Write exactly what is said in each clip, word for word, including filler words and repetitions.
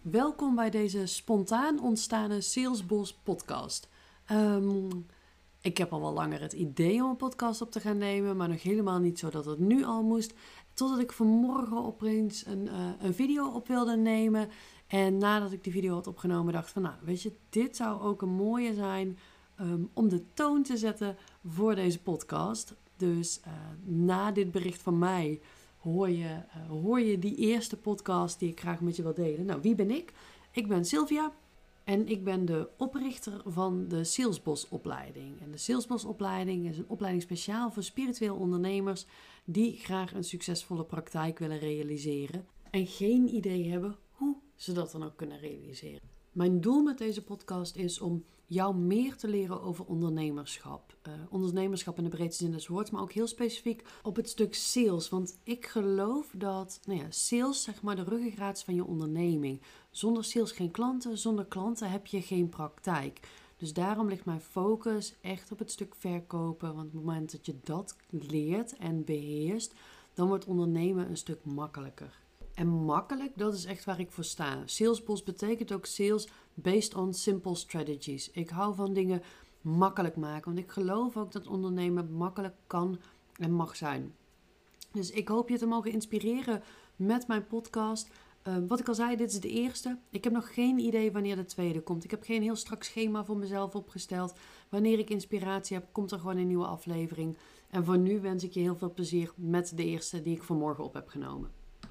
Welkom bij deze spontaan ontstane Salesboss podcast. Um, ik heb al wel langer het idee om een podcast op te gaan nemen, maar nog helemaal niet zo dat het nu al moest. Totdat ik vanmorgen opeens een, uh, een video op wilde nemen. En nadat ik die video had opgenomen dacht van, nou weet je, dit zou ook een mooie zijn um, om de toon te zetten voor deze podcast. Dus uh, na dit bericht van mij hoor je, uh, hoor je die eerste podcast die ik graag met je wil delen. Nou, wie ben ik? Ik ben Sylvia en ik ben de oprichter van de Salesboss opleiding. En de Salesboss opleiding is een opleiding speciaal voor spiritueel ondernemers die graag een succesvolle praktijk willen realiseren en geen idee hebben hoe ze dat dan ook kunnen realiseren. Mijn doel met deze podcast is om jou meer te leren over ondernemerschap. Uh, ondernemerschap in de breedste zin des woords, maar ook heel specifiek op het stuk sales. Want ik geloof dat nou ja, sales zeg maar de ruggengraat is van je onderneming. Zonder sales geen klanten, zonder klanten heb je geen praktijk. Dus daarom ligt mijn focus echt op het stuk verkopen. Want op het moment dat je dat leert en beheerst, dan wordt ondernemen een stuk makkelijker. En makkelijk, dat is echt waar ik voor sta. Salesboss betekent ook sales based on simple strategies. Ik hou van dingen makkelijk maken, want ik geloof ook dat ondernemen makkelijk kan en mag zijn. Dus ik hoop je te mogen inspireren met mijn podcast. Uh, wat ik al zei, dit is de eerste. Ik heb nog geen idee wanneer de tweede komt. Ik heb geen heel strak schema voor mezelf opgesteld. Wanneer ik inspiratie heb, komt er gewoon een nieuwe aflevering. En voor nu wens ik je heel veel plezier met de eerste die ik vanmorgen op heb genomen.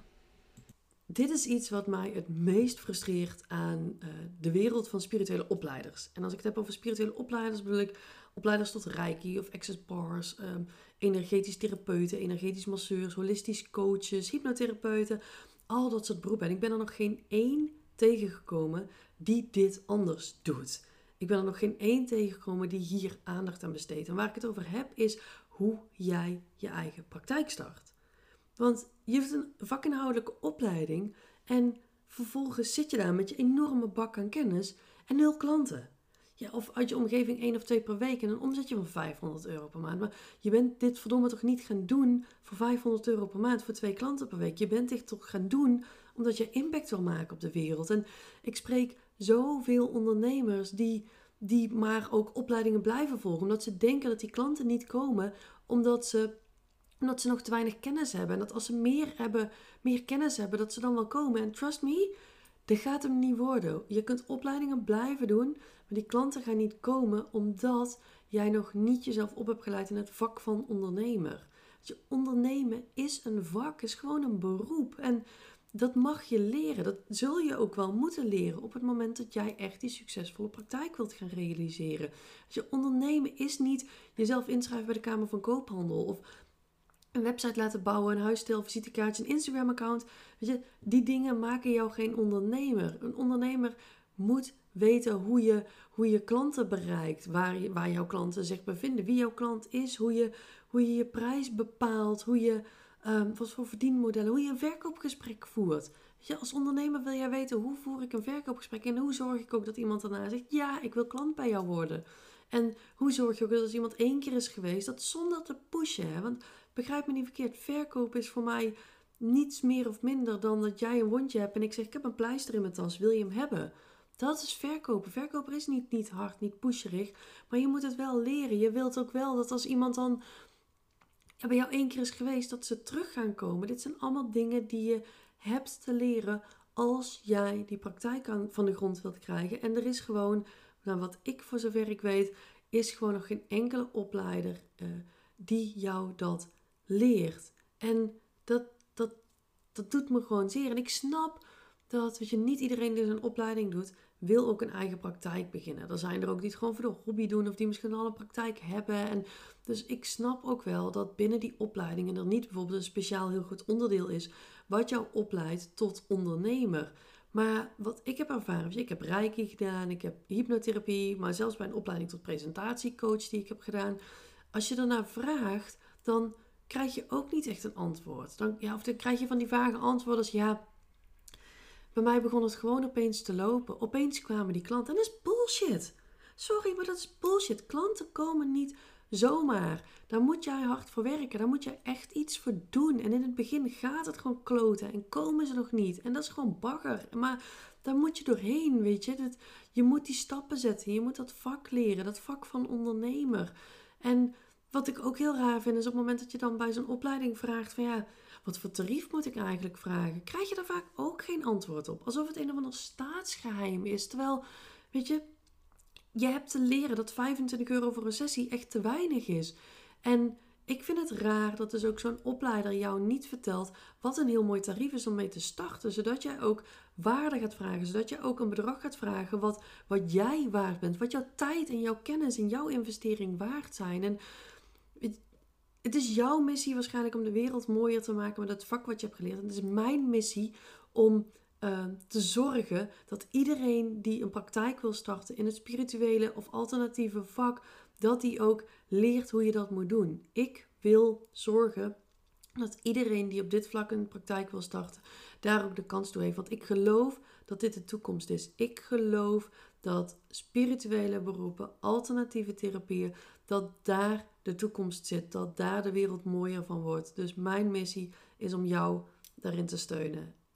Dit is iets wat mij het meest frustreert aan uh, de wereld van spirituele opleiders. En als ik het heb over spirituele opleiders, bedoel ik opleiders tot Reiki of Access Bars, um, energetisch therapeuten, energetisch masseurs, holistisch coaches, hypnotherapeuten, al dat soort beroepen. En ik ben er nog geen één tegengekomen die dit anders doet. Ik ben er nog geen één tegengekomen die hier aandacht aan besteedt. En waar ik het over heb is hoe jij je eigen praktijk start. Want je hebt een vakinhoudelijke opleiding en vervolgens zit je daar met je enorme bak aan kennis en nul klanten. Ja, of uit je omgeving één of twee per week en een omzetje van vijfhonderd euro per maand. Maar je bent dit verdomme toch niet gaan doen voor vijfhonderd euro per maand voor twee klanten per week. Je bent dit toch gaan doen omdat je impact wil maken op de wereld. En ik spreek zoveel ondernemers die, die maar ook opleidingen blijven volgen. Omdat ze denken dat die klanten niet komen omdat ze... omdat ze nog te weinig kennis hebben. En dat als ze meer hebben, meer kennis hebben, dat ze dan wel komen. En trust me, dat gaat hem niet worden. Je kunt opleidingen blijven doen, maar die klanten gaan niet komen omdat jij nog niet jezelf op hebt geleid in het vak van ondernemer. Je ondernemen is een vak, is gewoon een beroep. En dat mag je leren. Dat zul je ook wel moeten leren op het moment dat jij echt die succesvolle praktijk wilt gaan realiseren. Je ondernemen is niet jezelf inschrijven bij de Kamer van Koophandel of een website laten bouwen, een huisstijl, visitekaartje, een Instagram-account. Weet je, die dingen maken jou geen ondernemer. Een ondernemer moet weten hoe je, hoe je klanten bereikt, waar, je, waar jouw klanten zich bevinden, wie jouw klant is, hoe je hoe je, je prijs bepaalt, hoe je, um, wat voor verdienmodellen, hoe je een verkoopgesprek voert. Weet je, als ondernemer wil jij weten hoe voer ik een verkoopgesprek en hoe zorg ik ook dat iemand daarna zegt, ja, ik wil klant bij jou worden. En hoe zorg je ook dat als iemand één keer is geweest, dat zonder te pushen, hè? Want begrijp me niet verkeerd, verkoop is voor mij niets meer of minder dan dat jij een wondje hebt en ik zeg, ik heb een pleister in mijn tas, wil je hem hebben? Dat is verkopen. Verkoper is niet, niet hard, niet pusherig, maar je moet het wel leren. Je wilt ook wel dat als iemand dan ja, bij jou één keer is geweest, dat ze terug gaan komen. Dit zijn allemaal dingen die je hebt te leren als jij die praktijk aan, van de grond wilt krijgen. En er is gewoon, nou wat ik voor zover ik weet, is gewoon nog geen enkele opleider uh, die jou dat leert. En dat, dat, dat doet me gewoon zeer. En ik snap dat weet je, niet iedereen die zo'n opleiding doet, wil ook een eigen praktijk beginnen. Er zijn er ook die het gewoon voor de hobby doen of die misschien al een praktijk hebben. En dus ik snap ook wel dat binnen die opleidingen er niet bijvoorbeeld een speciaal heel goed onderdeel is wat jou opleidt tot ondernemer. Maar wat ik heb ervaren, ik heb Reiki gedaan, ik heb hypnotherapie, maar zelfs bij een opleiding tot presentatiecoach die ik heb gedaan. Als je daarna vraagt, dan krijg je ook niet echt een antwoord. Dan, ja, of dan krijg je van die vage antwoorden als ja, bij mij begon het gewoon opeens te lopen. Opeens kwamen die klanten en dat is bullshit. Sorry, maar dat is bullshit. Klanten komen niet zomaar. Daar moet jij hard voor werken. Daar moet je echt iets voor doen. En in het begin gaat het gewoon kloten. En komen ze nog niet. En dat is gewoon bagger. Maar daar moet je doorheen, weet je. Dat, je moet die stappen zetten. Je moet dat vak leren. Dat vak van ondernemer. En wat ik ook heel raar vind, is op het moment dat je dan bij zo'n opleiding vraagt van ja, wat voor tarief moet ik eigenlijk vragen? Krijg je daar vaak ook geen antwoord op. Alsof het een of ander staatsgeheim is. Terwijl, weet je, je hebt te leren dat vijfentwintig euro voor een sessie echt te weinig is. En ik vind het raar dat dus ook zo'n opleider jou niet vertelt wat een heel mooi tarief is om mee te starten. Zodat jij ook waarde gaat vragen. Zodat je ook een bedrag gaat vragen wat, wat jij waard bent. Wat jouw tijd en jouw kennis en jouw investering waard zijn. En het, het is jouw missie waarschijnlijk om de wereld mooier te maken met het vak wat je hebt geleerd. En het is mijn missie om uh, te zorgen dat iedereen die een praktijk wil starten in het spirituele of alternatieve vak, dat die ook leert hoe je dat moet doen. Ik wil zorgen dat iedereen die op dit vlak een praktijk wil starten, daar ook de kans toe heeft. Want ik geloof dat dit de toekomst is. Ik geloof dat spirituele beroepen, alternatieve therapieën, dat daar de toekomst zit. Dat daar de wereld mooier van wordt. Dus mijn missie is om jou daarin te steunen.